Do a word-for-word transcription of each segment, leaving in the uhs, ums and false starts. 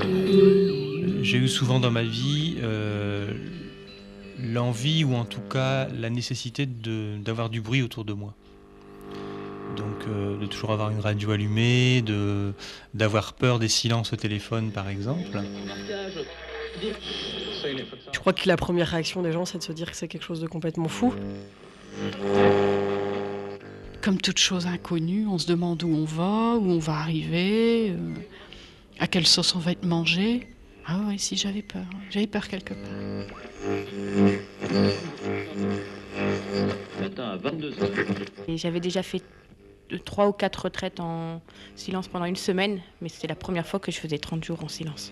J'ai eu souvent dans ma vie euh, l'envie ou en tout cas la nécessité de, d'avoir du bruit autour de moi. Donc euh, de toujours avoir une radio allumée, de, d'avoir peur des silences au téléphone par exemple. Je crois que la première réaction des gens, c'est de se dire que c'est quelque chose de complètement fou. Comme toute chose inconnue, on se demande où on va, où on va arriver, euh, à quelle sauce on va être mangé. Ah oui, si, j'avais peur. J'avais peur quelque part. Et j'avais déjà fait trois ou quatre retraites en silence pendant une semaine, mais c'était la première fois que je faisais trente jours en silence.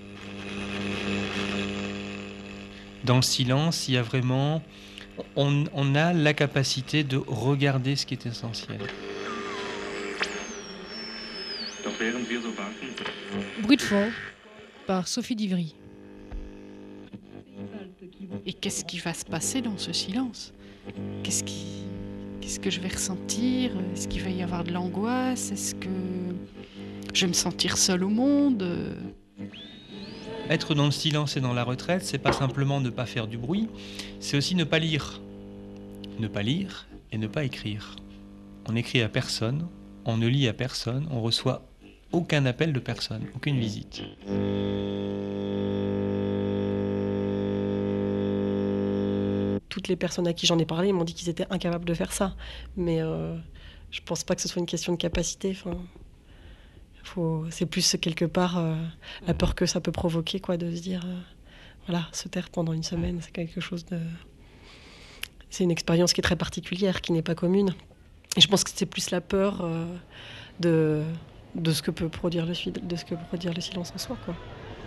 Dans le silence, il y a vraiment... On, on a la capacité de regarder ce qui est essentiel. Bruit de fond, par Sophie Divry. Et qu'est-ce qui va se passer dans ce silence ? Qu'est-ce qui... Qu'est-ce que je vais ressentir ? Est-ce qu'il va y avoir de l'angoisse ? Est-ce que je vais me sentir seule au monde ? Être dans le silence et dans la retraite, c'est pas simplement ne pas faire du bruit, c'est aussi ne pas lire. Ne pas lire et ne pas écrire. On n'écrit à personne, on ne lit à personne, on reçoit aucun appel de personne, aucune visite. Toutes les personnes à qui j'en ai parlé m'ont dit qu'ils étaient incapables de faire ça. Mais euh, je pense pas que ce soit une question de capacité. Enfin, faut, c'est plus quelque part euh, la peur que ça peut provoquer, quoi, de se dire, euh, voilà, se taire pendant une semaine, c'est quelque chose de... C'est une expérience qui est très particulière, qui n'est pas commune. Et je pense que c'est plus la peur euh, de, de, ce que peut produire le, de ce que peut produire le silence en soi, quoi.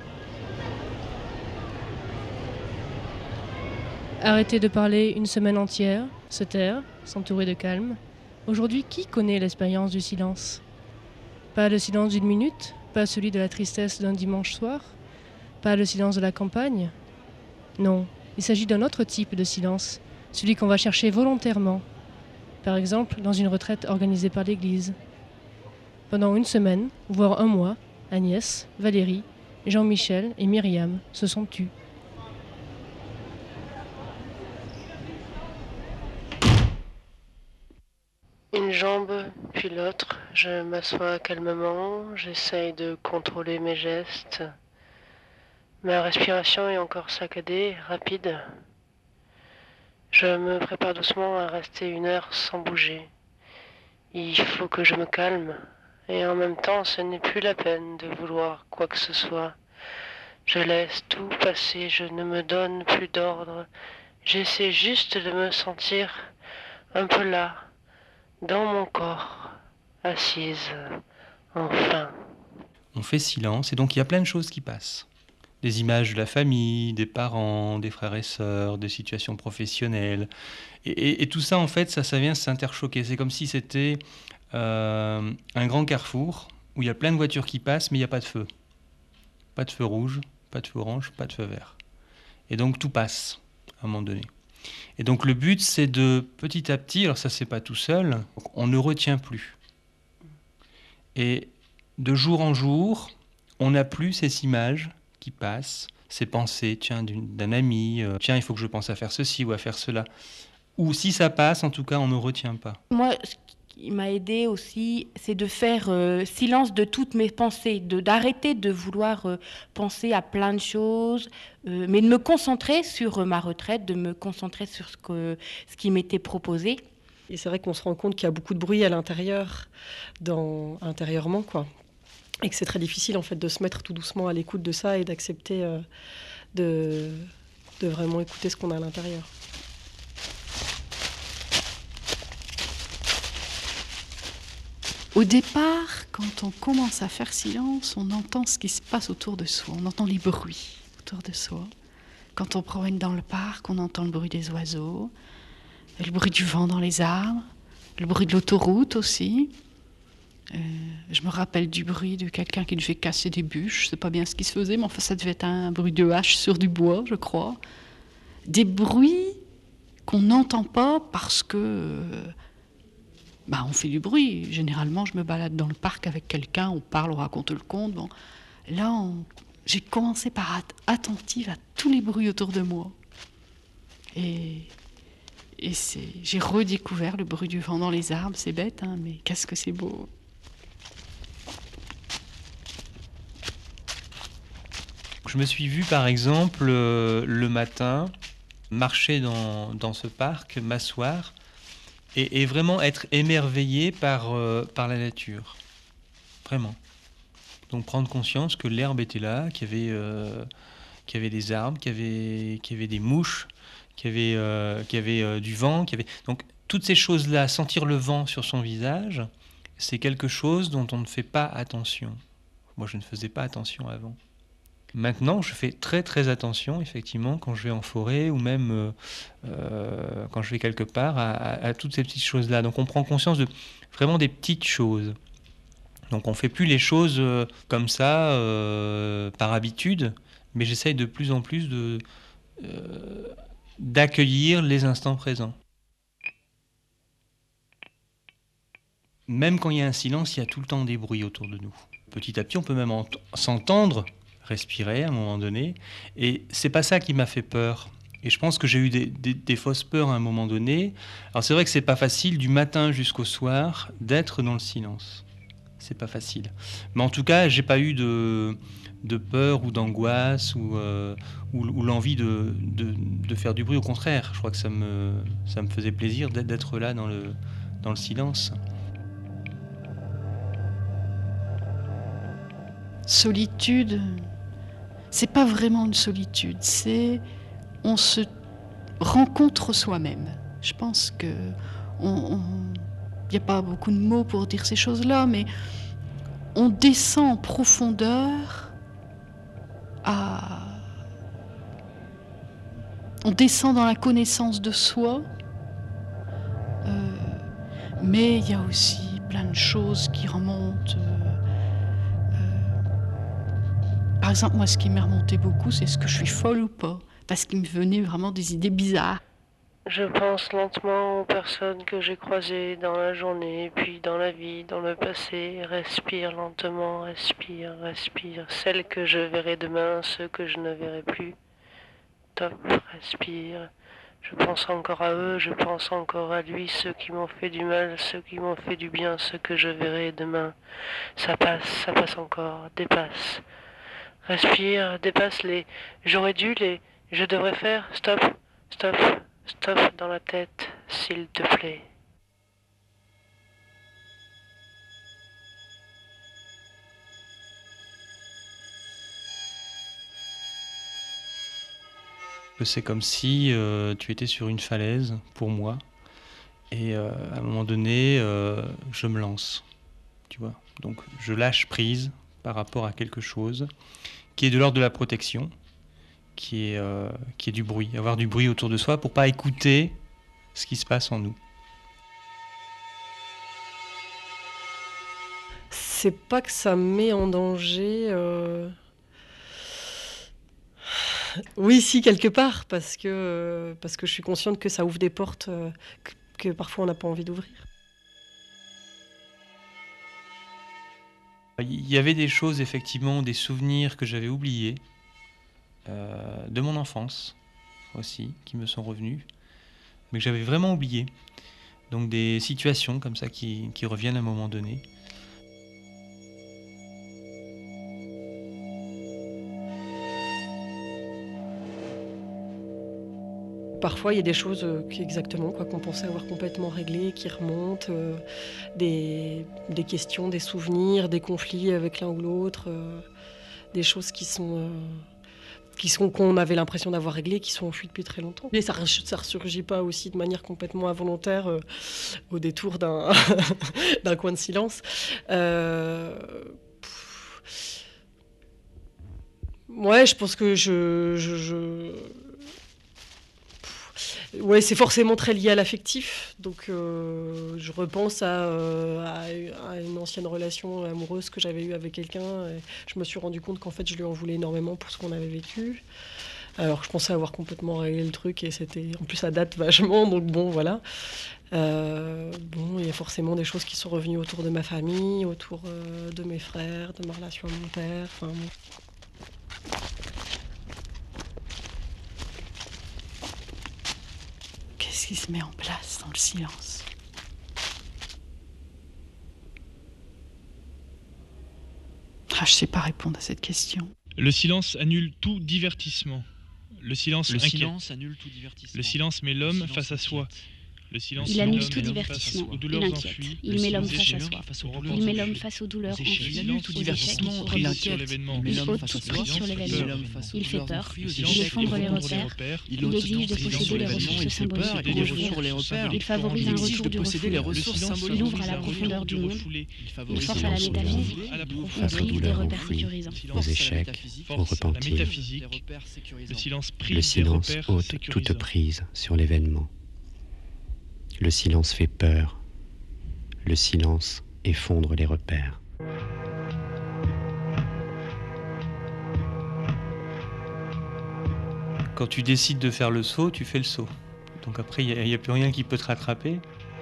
Arrêter de parler une semaine entière, se taire, s'entourer de calme. Aujourd'hui, qui connaît l'expérience du silence ? Pas le silence d'une minute, pas celui de la tristesse d'un dimanche soir, pas le silence de la campagne. Non, il s'agit d'un autre type de silence, celui qu'on va chercher volontairement. Par exemple, dans une retraite organisée par l'Église. Pendant une semaine, voire un mois, Agnès, Valérie, Jean-Michel et Myriam se sont tus. Une jambe, puis l'autre. Je m'assois calmement, j'essaye de contrôler mes gestes. Ma respiration est encore saccadée, rapide. Je me prépare doucement à rester une heure sans bouger. Il faut que je me calme, et en même temps, ce n'est plus la peine de vouloir quoi que ce soit. Je laisse tout passer, je ne me donne plus d'ordre. J'essaie juste de me sentir un peu là, dans mon corps, assise, enfin. On fait silence et donc il y a plein de choses qui passent. Des images de la famille, des parents, des frères et sœurs, des situations professionnelles. Et, et, et tout ça, en fait, ça, ça vient s'interchoquer. C'est comme si c'était euh, un grand carrefour où il y a plein de voitures qui passent, mais il n'y a pas de feu. Pas de feu rouge, pas de feu orange, pas de feu vert. Et donc tout passe à un moment donné. Et donc le but, c'est de petit à petit, alors ça c'est pas tout seul, on ne retient plus. Et de jour en jour, on n'a plus ces images qui passent, ces pensées, tiens, d'un ami, euh, tiens, il faut que je pense à faire ceci ou à faire cela. Ou si ça passe, en tout cas, on ne retient pas. Moi, ce qui m'a aidé aussi, c'est de faire euh, silence de toutes mes pensées, de, d'arrêter de vouloir euh, penser à plein de choses, euh, mais de me concentrer sur euh, ma retraite, de me concentrer sur ce, que, ce qui m'était proposé. Et c'est vrai qu'on se rend compte qu'il y a beaucoup de bruit à l'intérieur, dans, intérieurement, quoi. Et que c'est très difficile, en fait, de se mettre tout doucement à l'écoute de ça et d'accepter euh, de, de vraiment écouter ce qu'on a à l'intérieur. Au départ, quand on commence à faire silence, on entend ce qui se passe autour de soi, on entend les bruits autour de soi. Quand on promène dans le parc, on entend le bruit des oiseaux, le bruit du vent dans les arbres, le bruit de l'autoroute aussi. Euh, je me rappelle du bruit de quelqu'un qui devait casser des bûches, je ne sais pas bien ce qui se faisait, mais enfin ça devait être un bruit de hache sur du bois, je crois. Des bruits qu'on n'entend pas parce que... Euh, bah, on fait du bruit. Généralement, je me balade dans le parc avec quelqu'un, on parle, on raconte le conte. Bon. Là, on, j'ai commencé par être attentive à tous les bruits autour de moi. Et, et c'est, j'ai redécouvert le bruit du vent dans les arbres. C'est bête, hein, mais qu'est-ce que c'est beau. Je me suis vu, par exemple, euh, le matin, marcher dans, dans ce parc, m'asseoir, et, et vraiment être émerveillé par, euh, par la nature. Vraiment. Donc prendre conscience que l'herbe était là, qu'il y avait, euh, qu'il y avait des arbres, qu'il y avait, qu'il y avait des mouches, qu'il y avait, euh, qu'il y avait euh, du vent. Qu'il y avait... Donc toutes ces choses-là, sentir le vent sur son visage, c'est quelque chose dont on ne fait pas attention. Moi, je ne faisais pas attention avant. Maintenant, je fais très très attention, effectivement, quand je vais en forêt ou même euh, euh, quand je vais quelque part, à, à, à toutes ces petites choses-là. Donc on prend conscience de vraiment des petites choses. Donc on ne fait plus les choses euh, comme ça, euh, par habitude, mais j'essaye de plus en plus de, euh, d'accueillir les instants présents. Même quand il y a un silence, il y a tout le temps des bruits autour de nous. Petit à petit, on peut même ent- s'entendre respirer à un moment donné. Et c'est pas ça qui m'a fait peur. Et je pense que j'ai eu des, des, des fausses peurs à un moment donné. Alors c'est vrai que c'est pas facile du matin jusqu'au soir d'être dans le silence. C'est pas facile. Mais en tout cas, j'ai pas eu de, de peur ou d'angoisse ou, euh, ou, ou l'envie de, de, de faire du bruit. Au contraire, je crois que ça me, ça me faisait plaisir d'être là dans le, dans le silence. Solitude, c'est pas vraiment une solitude, c'est on se rencontre soi-même. Je pense que on, il n'y a pas beaucoup de mots pour dire ces choses-là, mais on descend en profondeur à... On descend dans la connaissance de soi, euh, mais il y a aussi plein de choses qui remontent. Par exemple, moi, ce qui m'est remonté beaucoup, c'est est-ce que je suis folle ou pas? Parce qu'il me venait vraiment des idées bizarres. Je pense lentement aux personnes que j'ai croisées dans la journée, puis dans la vie, dans le passé. Respire lentement, respire, respire. Celles que je verrai demain, ceux que je ne verrai plus. Top, respire. Je pense encore à eux, je pense encore à lui, ceux qui m'ont fait du mal, ceux qui m'ont fait du bien, ceux que je verrai demain. Ça passe, ça passe encore, dépasse. Respire, dépasse les j'aurais dû, les je devrais faire, stop, stop, stop dans la tête, s'il te plaît. C'est comme si euh, tu étais sur une falaise, pour moi, et euh, à un moment donné, euh, je me lance, tu vois. Donc je lâche prise par rapport à quelque chose qui est de l'ordre de la protection, qui est, euh, qui est du bruit, avoir du bruit autour de soi pour pas écouter ce qui se passe en nous. C'est pas que ça met en danger. Euh... Oui, si, quelque part, parce que, euh, parce que je suis consciente que ça ouvre des portes euh, que, que parfois on n'a pas envie d'ouvrir. Il y avait des choses, effectivement, des souvenirs que j'avais oubliés, euh, de mon enfance aussi, qui me sont revenus, mais que j'avais vraiment oubliés. Donc des situations comme ça qui, qui reviennent à un moment donné. Parfois, il y a des choses euh, qui, exactement, quoi, qu'on pensait avoir complètement réglées, qui remontent, euh, des, des questions, des souvenirs, des conflits avec l'un ou l'autre, euh, des choses qui sont, euh, qui sont qu'on avait l'impression d'avoir réglées, qui sont enfuies depuis très longtemps. Et ça ne ressurgit pas aussi de manière complètement involontaire euh, au détour d'un, d'un coin de silence. Euh, ouais, je pense que je... je, je... Ouais, c'est forcément très lié à l'affectif. Donc, euh, je repense à, euh, à, à une ancienne relation amoureuse que j'avais eue avec quelqu'un. Et je me suis rendu compte qu'en fait, je lui en voulais énormément pour ce qu'on avait vécu. Alors, je pensais avoir complètement réglé le truc et c'était, en plus, ça date vachement. Donc, bon, voilà. Euh, bon, il y a forcément des choses qui sont revenues autour de ma famille, autour euh, de mes frères, de ma relation avec mon père. Enfin, bon. Qu'est-ce qui se met en place dans le silence? Ah, je ne sais pas répondre à cette question. Le silence annule tout divertissement. Le silence Le inquiète. silence annule tout divertissement. Le silence met l'homme Le silence face à soi. inquiète. Le silence Il met annule l'homme tout face divertissement. aux Il douleurs inquiète. enfuies. Il Le met l'homme silence face à échappe soi. face aux Il met l'homme enfuies. face aux douleurs Aux échecs. enfuies, Il annule tout aux divertissement. échecs, aux Il Prise sur inquiète. l'événement. Il met Il l'homme ôte face toute à soi. prise sur Il met l'événement. l'homme face aux Il fait douleurs peur. enfuies, aux Il échecs. effondre les effondre repères. Il Il ôte exige de toute prise posséder sur les l'événement. ressources Il fait peur. symboliques Il pour joue jouir. sur les repères. Il favorise Il un exige retour de du posséder les refoulé. ressources Le silence symboliques. Il ouvre à la favorise un profondeur retour du du monde. refoulé. Il Il favorise force un à la retour du métaphysique. refoulé. À la Il ouvre profondeur. Il Face aux brise des douleurs repères enfouies, sécurisants. aux Force à la échecs, métaphysique. au Force à la repentir. métaphysique. Des repères Le sécurisants. silence Le prise des silence repères ôte sécurisants. toute prise sur l'événement. Le silence fait peur. Le silence effondre les repères. Quand tu décides de faire le saut, tu fais le saut. Donc après, il n'y a, a plus rien qui peut te rattraper.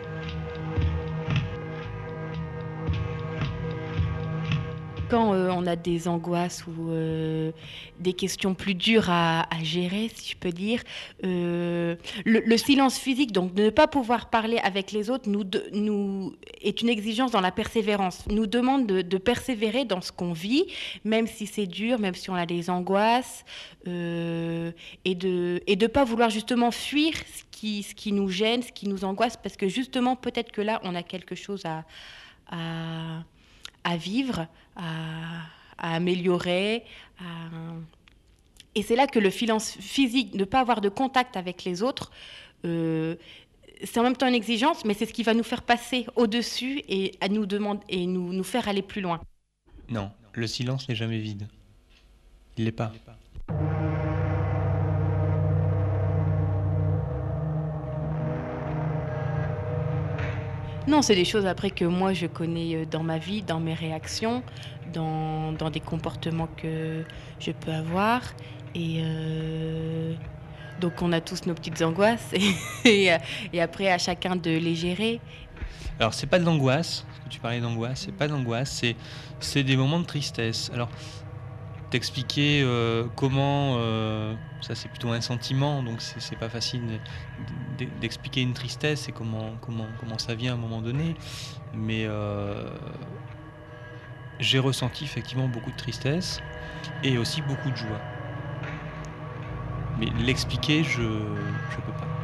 Quand euh, on a des angoisses ou euh, des questions plus dures à, à gérer, si je peux dire, euh, le, le silence physique, donc de ne pas pouvoir parler avec les autres, nous, de, nous est une exigence dans la persévérance. Nous demande de, de persévérer dans ce qu'on vit, même si c'est dur, même si on a des angoisses, euh, et de et de pas vouloir justement fuir ce qui ce qui nous gêne, ce qui nous angoisse, parce que justement peut-être que là on a quelque chose à à à vivre, à, à améliorer. À... Et c'est là que le silence physique, ne pas avoir de contact avec les autres, euh, c'est en même temps une exigence, mais c'est ce qui va nous faire passer au-dessus et, à nous, demander, et nous, nous faire aller plus loin. Non, le silence n'est jamais vide. Il l'est pas. Non, c'est des choses après que moi je connais dans ma vie, dans mes réactions, dans, dans des comportements que je peux avoir. Et euh, donc on a tous nos petites angoisses et, et, et après à chacun de les gérer. Alors c'est pas de l'angoisse, parce que tu parlais d'angoisse, c'est pas de l'angoisse, c'est, c'est des moments de tristesse. Alors t'expliquer euh, comment, euh, ça c'est plutôt un sentiment, donc c'est, c'est pas facile de, de, d'expliquer une tristesse et comment, comment, comment ça vient à un moment donné, mais euh, j'ai ressenti effectivement beaucoup de tristesse et aussi beaucoup de joie. Mais l'expliquer, je je peux pas.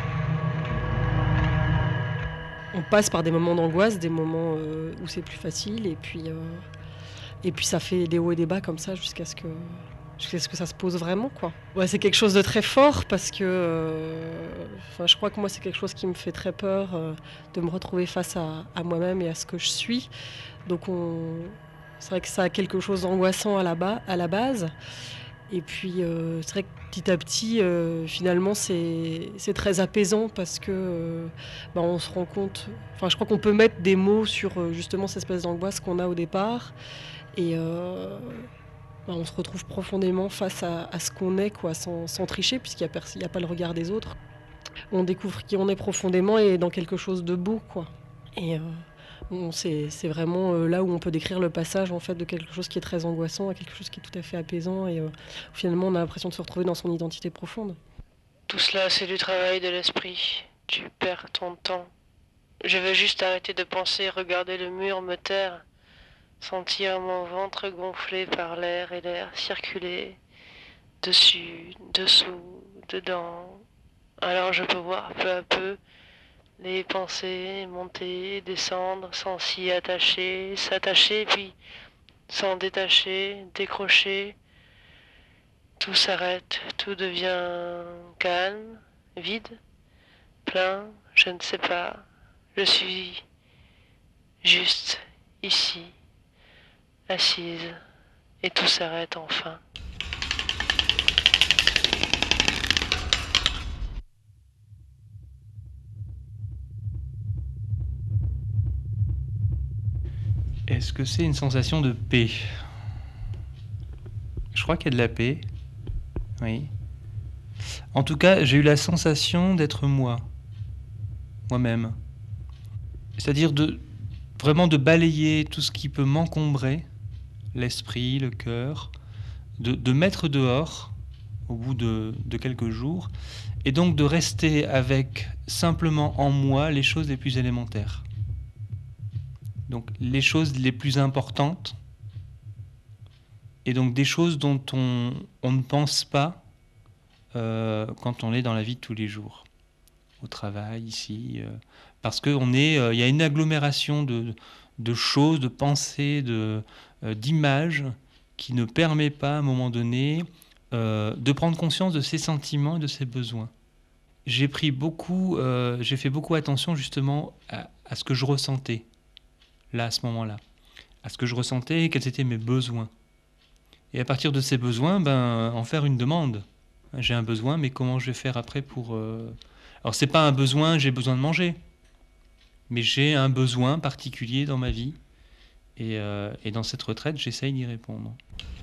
On passe par des moments d'angoisse, des moments euh, où c'est plus facile, et puis, euh, et puis ça fait des hauts et des bas comme ça jusqu'à ce que, jusqu'à ce que ça se pose vraiment, quoi. Ouais, c'est quelque chose de très fort parce que euh, enfin, je crois que moi c'est quelque chose qui me fait très peur euh, de me retrouver face à, à moi-même et à ce que je suis. Donc on, c'est vrai que ça a quelque chose d'angoissant à la, ba- à la base. Et puis, euh, c'est vrai que petit à petit, euh, finalement, c'est, c'est très apaisant parce que euh, bah, on se rend compte... Enfin, je crois qu'on peut mettre des mots sur euh, justement cette espèce d'angoisse qu'on a au départ. Et euh, bah, on se retrouve profondément face à, à ce qu'on est, quoi, sans, sans tricher, puisqu'il n'y a, pers- il y a pas le regard des autres. On découvre qui on est profondément et dans quelque chose de beau, quoi. Et... Euh, Bon, c'est, c'est vraiment euh, là où on peut décrire le passage en fait, de quelque chose qui est très angoissant à quelque chose qui est tout à fait apaisant et euh, finalement on a l'impression de se retrouver dans son identité profonde. Tout cela, c'est du travail de l'esprit. Tu perds ton temps. Je veux juste arrêter de penser, regarder le mur, me taire, sentir mon ventre gonflé par l'air et l'air circuler dessus, dessous, dedans. Alors je peux voir peu à peu les pensées monter, descendre, sans s'y attacher, s'attacher, puis s'en détacher, décrocher. Tout s'arrête, tout devient calme, vide, plein, je ne sais pas. Je suis juste ici, assise, et tout s'arrête enfin. Est-ce que c'est une sensation de paix ? Je crois qu'il y a de la paix. Oui. En tout cas, j'ai eu la sensation d'être moi. Moi-même. C'est-à-dire de vraiment de balayer tout ce qui peut m'encombrer, l'esprit, le cœur, de, de mettre dehors au bout de, de quelques jours, et donc de rester avec simplement en moi les choses les plus élémentaires. Donc les choses les plus importantes, et donc des choses dont on, on ne pense pas euh, quand on est dans la vie de tous les jours, au travail, ici, euh, parce qu'il est, euh, y a une agglomération de, de choses, de pensées, de, euh, d'images qui ne permet pas à un moment donné euh, de prendre conscience de ses sentiments et de ses besoins. J'ai pris beaucoup, euh, j'ai fait beaucoup attention justement à, à ce que je ressentais là à ce moment-là, à ce que je ressentais et quels étaient mes besoins. Et à partir de ces besoins, ben, en faire une demande. J'ai un besoin, mais comment je vais faire après pour... Euh... Alors c'est pas un besoin, j'ai besoin de manger, mais j'ai un besoin particulier dans ma vie, et, euh, et dans cette retraite, j'essaye d'y répondre.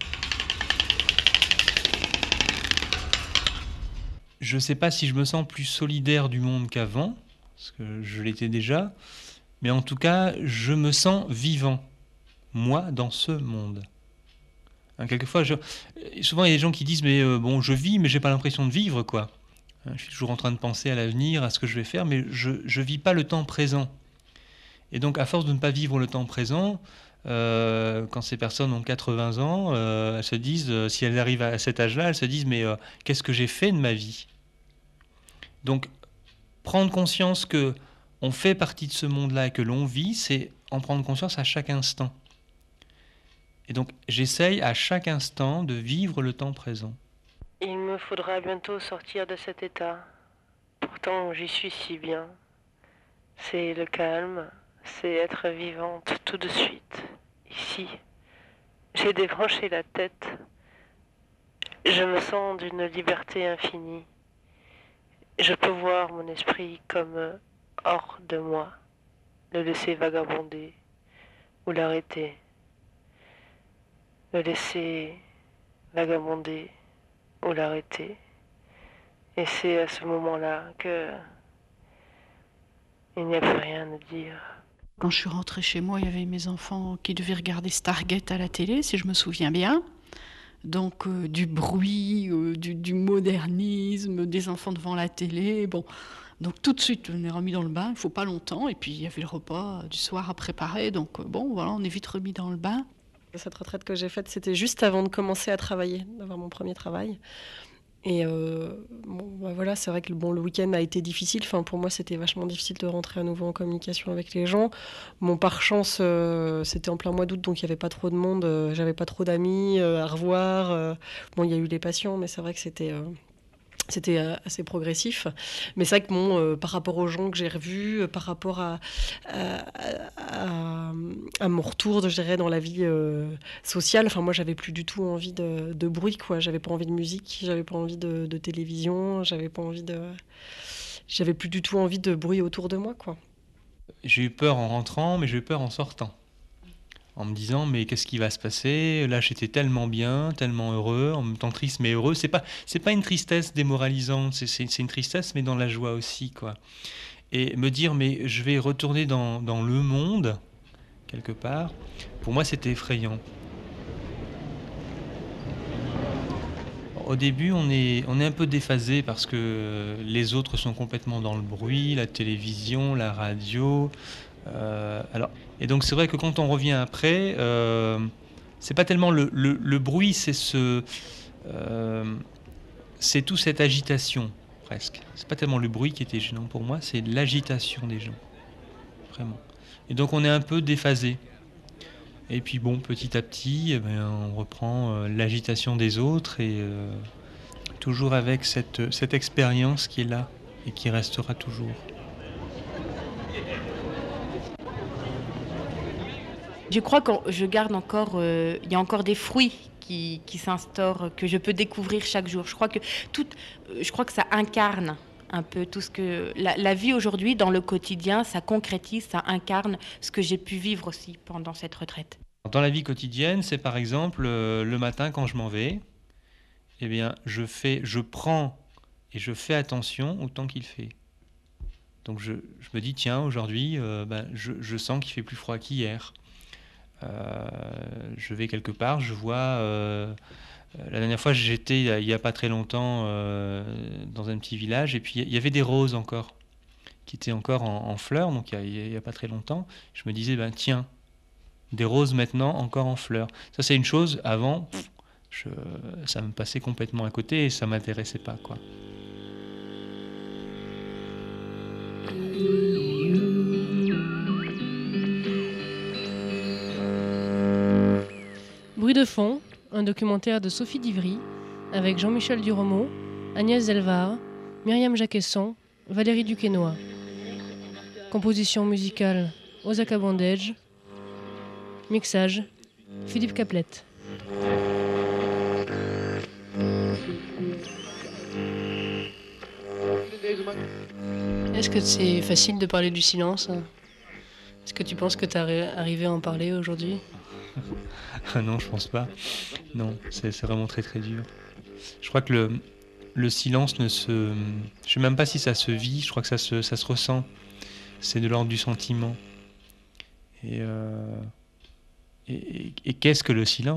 Je ne sais pas si je me sens plus solidaire du monde qu'avant, parce que je l'étais déjà, mais en tout cas, je me sens vivant, moi, dans ce monde. Hein, quelquefois, je... souvent, il y a des gens qui disent « mais euh, bon, je vis, mais j'ai pas l'impression de vivre, quoi. » Hein, je suis toujours en train de penser à l'avenir, à ce que je vais faire, mais je ne vis pas le temps présent. Et donc, à force de ne pas vivre le temps présent, euh, quand ces personnes ont quatre-vingts ans, euh, elles se disent, euh, si elles arrivent à cet âge-là, elles se disent « mais euh, qu'est-ce que j'ai fait de ma vie ?» Donc, prendre conscience que on fait partie de ce monde-là et que l'on vit, c'est en prendre conscience à chaque instant. Et donc, j'essaye à chaque instant de vivre le temps présent. Il me faudra bientôt sortir de cet état. Pourtant, j'y suis si bien. C'est le calme, c'est être vivante tout de suite, ici. J'ai débranché la tête. Je me sens d'une liberté infinie. Je peux voir mon esprit comme hors de moi, le laisser vagabonder ou l'arrêter. Le laisser vagabonder ou l'arrêter. Et c'est à ce moment-là que il n'y a plus rien à dire. Quand je suis rentrée chez moi, il y avait mes enfants qui devaient regarder Stargate à la télé, si je me souviens bien. Donc euh, du bruit, euh, du, du modernisme, des enfants devant la télé. Bon, donc tout de suite, on est remis dans le bain. Il ne faut pas longtemps. Et puis il y avait le repas du soir à préparer. Donc euh, bon, voilà, on est vite remis dans le bain. Cette retraite que j'ai faite, c'était juste avant de commencer à travailler, d'avoir mon premier travail. Et euh, bon, bah voilà, c'est vrai que bon, le week-end a été difficile. Enfin, pour moi, c'était vachement difficile de rentrer à nouveau en communication avec les gens. Bon, par chance, euh, c'était en plein mois d'août, donc il n'y avait pas trop de monde. Euh, j'avais pas trop d'amis euh, à revoir. Euh, bon, il y a eu les patients, mais c'est vrai que c'était... Euh, C'était assez progressif. Mais c'est vrai que bon, euh, par rapport aux gens que j'ai revus, euh, par rapport à, à, à, à mon retour, je dirais, dans la vie euh, sociale, enfin, moi, j'avais plus du tout envie de, de bruit, quoi. J'avais pas envie de musique, j'avais pas envie de, de télévision, j'avais pas envie de... J'avais plus du tout envie de bruit autour de moi, quoi. J'ai eu peur en rentrant, mais j'ai eu peur en sortant. En me disant, mais qu'est-ce qui va se passer? Là, j'étais tellement bien, tellement heureux, en même temps triste, mais heureux. C'est pas, c'est pas une tristesse démoralisante, c'est, c'est, c'est une tristesse, mais dans la joie aussi, quoi. Et me dire, mais je vais retourner dans, dans le monde, quelque part, pour moi, c'était effrayant. Au début, on est, on est un peu déphasé parce que les autres sont complètement dans le bruit, la télévision, la radio... Euh, alors, et donc c'est vrai que quand on revient après, euh, c'est pas tellement le, le, le bruit, c'est ce, euh, c'est toute cette agitation presque. C'est pas tellement le bruit qui était gênant pour moi, c'est l'agitation des gens, vraiment. Et donc on est un peu déphasé. Et puis bon, petit à petit, eh bien, on reprend euh, l'agitation des autres et euh, toujours avec cette, cette expérience qui est là et qui restera toujours. Je crois que je garde encore, euh, il y a encore des fruits qui, qui s'instaurent, que je peux découvrir chaque jour. Je crois que tout, je crois que ça incarne un peu tout ce que la, la vie aujourd'hui dans le quotidien, ça concrétise, ça incarne ce que j'ai pu vivre aussi pendant cette retraite. Dans la vie quotidienne, c'est par exemple euh, le matin quand je m'en vais, eh bien je fais, je prends et je fais attention au temps qu'il fait. Donc je, je me dis tiens aujourd'hui, euh, ben, je, je sens qu'il fait plus froid qu'hier. Euh, je vais quelque part, je vois euh, Euh, la dernière fois, j'étais il n'y a, a pas très longtemps euh, dans un petit village, et puis il y avait des roses encore, qui étaient encore en, en fleurs, donc il n'y a, a pas très longtemps. Je me disais, ben tiens, des roses maintenant encore en fleurs. Ça, c'est une chose, avant, pff, je, ça me passait complètement à côté et ça ne m'intéressait pas, quoi. Bruit de fond, un documentaire de Sophie Divry, avec Jean-Michel Duromo, Agnès Delvar, Myriam Jacquesson, Valérie Duquesnoy. Composition musicale, Osaka Bondage. Mixage, Philippe Caplette. Est-ce que c'est facile de parler du silence? Est-ce que tu penses que tu es arrivé à en parler aujourd'hui? Non, je pense pas. Non, c'est, c'est vraiment très très dur. Je crois que le, le silence ne se... Je sais même pas si ça se vit, je crois que ça se, ça se ressent. C'est de l'ordre du sentiment. Et, euh, et, et, et qu'est-ce que le silence ?